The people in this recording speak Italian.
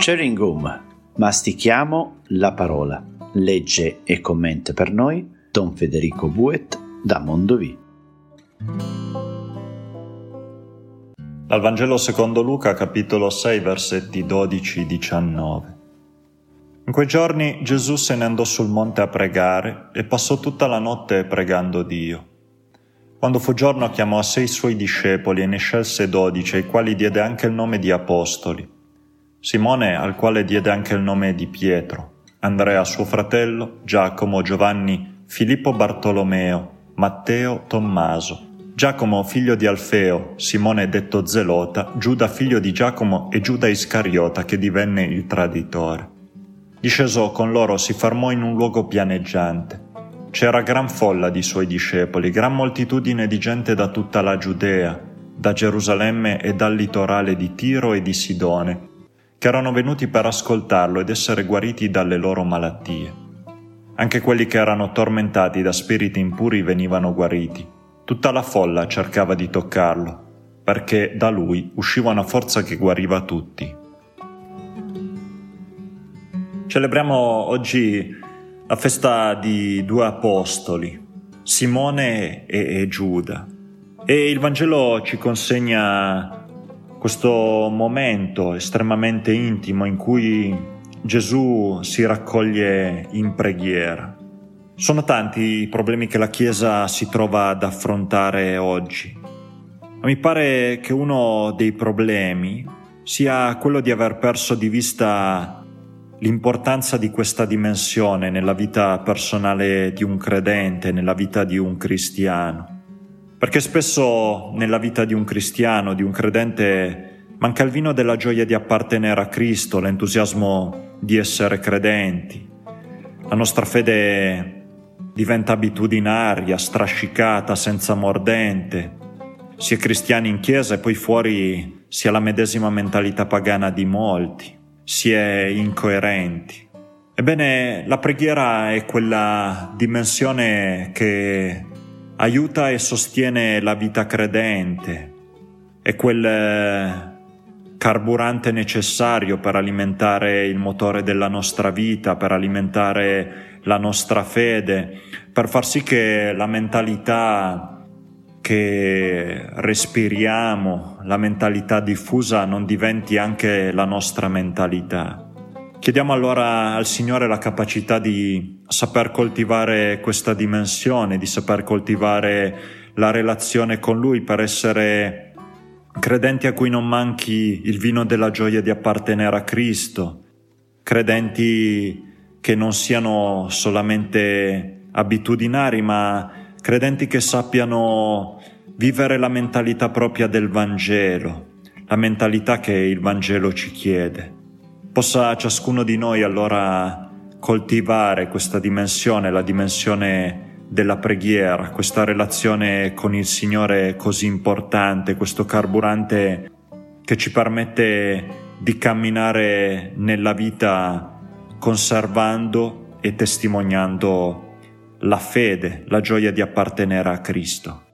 Chewing Gum, mastichiamo la parola. Legge e commenta per noi Don Federico Buet da Mondovì. Dal Vangelo secondo Luca, capitolo 6, versetti 12-19. In quei giorni Gesù se ne andò sul monte a pregare e passò tutta la notte pregando Dio. Quando fu giorno chiamò a sé i suoi discepoli e ne scelse 12, ai quali diede anche il nome di apostoli. Simone, al quale diede anche il nome di Pietro, Andrea suo fratello, Giacomo, Giovanni, Filippo, Bartolomeo, Matteo, Tommaso, Giacomo figlio di Alfeo, Simone detto Zelota, Giuda figlio di Giacomo e Giuda Iscariota che divenne il traditore. Disceso con loro si fermò in un luogo pianeggiante. C'era gran folla di suoi discepoli, gran moltitudine di gente da tutta la Giudea, da Gerusalemme e dal litorale di Tiro e di Sidone, che erano venuti per ascoltarlo ed essere guariti dalle loro malattie. Anche quelli che erano tormentati da spiriti impuri venivano guariti. Tutta la folla cercava di toccarlo, perché da lui usciva una forza che guariva tutti. Celebriamo oggi la festa di due apostoli, Simone e Giuda. E il Vangelo ci consegna questo momento estremamente intimo in cui Gesù si raccoglie in preghiera. Sono tanti i problemi che la Chiesa si trova ad affrontare oggi. Ma mi pare che uno dei problemi sia quello di aver perso di vista l'importanza di questa dimensione nella vita personale di un credente, nella vita di un cristiano. Perché spesso nella vita di un cristiano, di un credente, manca il vino della gioia di appartenere a Cristo, l'entusiasmo di essere credenti. La nostra fede diventa abitudinaria, strascicata, senza mordente. Si è cristiani in chiesa e poi fuori si ha la medesima mentalità pagana di molti. Si è incoerenti. Ebbene, la preghiera è quella dimensione che aiuta e sostiene la vita credente, è quel carburante necessario per alimentare il motore della nostra vita, per alimentare la nostra fede, per far sì che la mentalità che respiriamo, la mentalità diffusa, non diventi anche la nostra mentalità. Chiediamo allora al Signore la capacità di saper coltivare questa dimensione, di saper coltivare la relazione con Lui per essere credenti a cui non manchi il vino della gioia di appartenere a Cristo, credenti che non siano solamente abitudinari, ma credenti che sappiano vivere la mentalità propria del Vangelo, la mentalità che il Vangelo ci chiede. Possa ciascuno di noi allora coltivare questa dimensione, la dimensione della preghiera, questa relazione con il Signore così importante, questo carburante che ci permette di camminare nella vita conservando e testimoniando la fede, la gioia di appartenere a Cristo.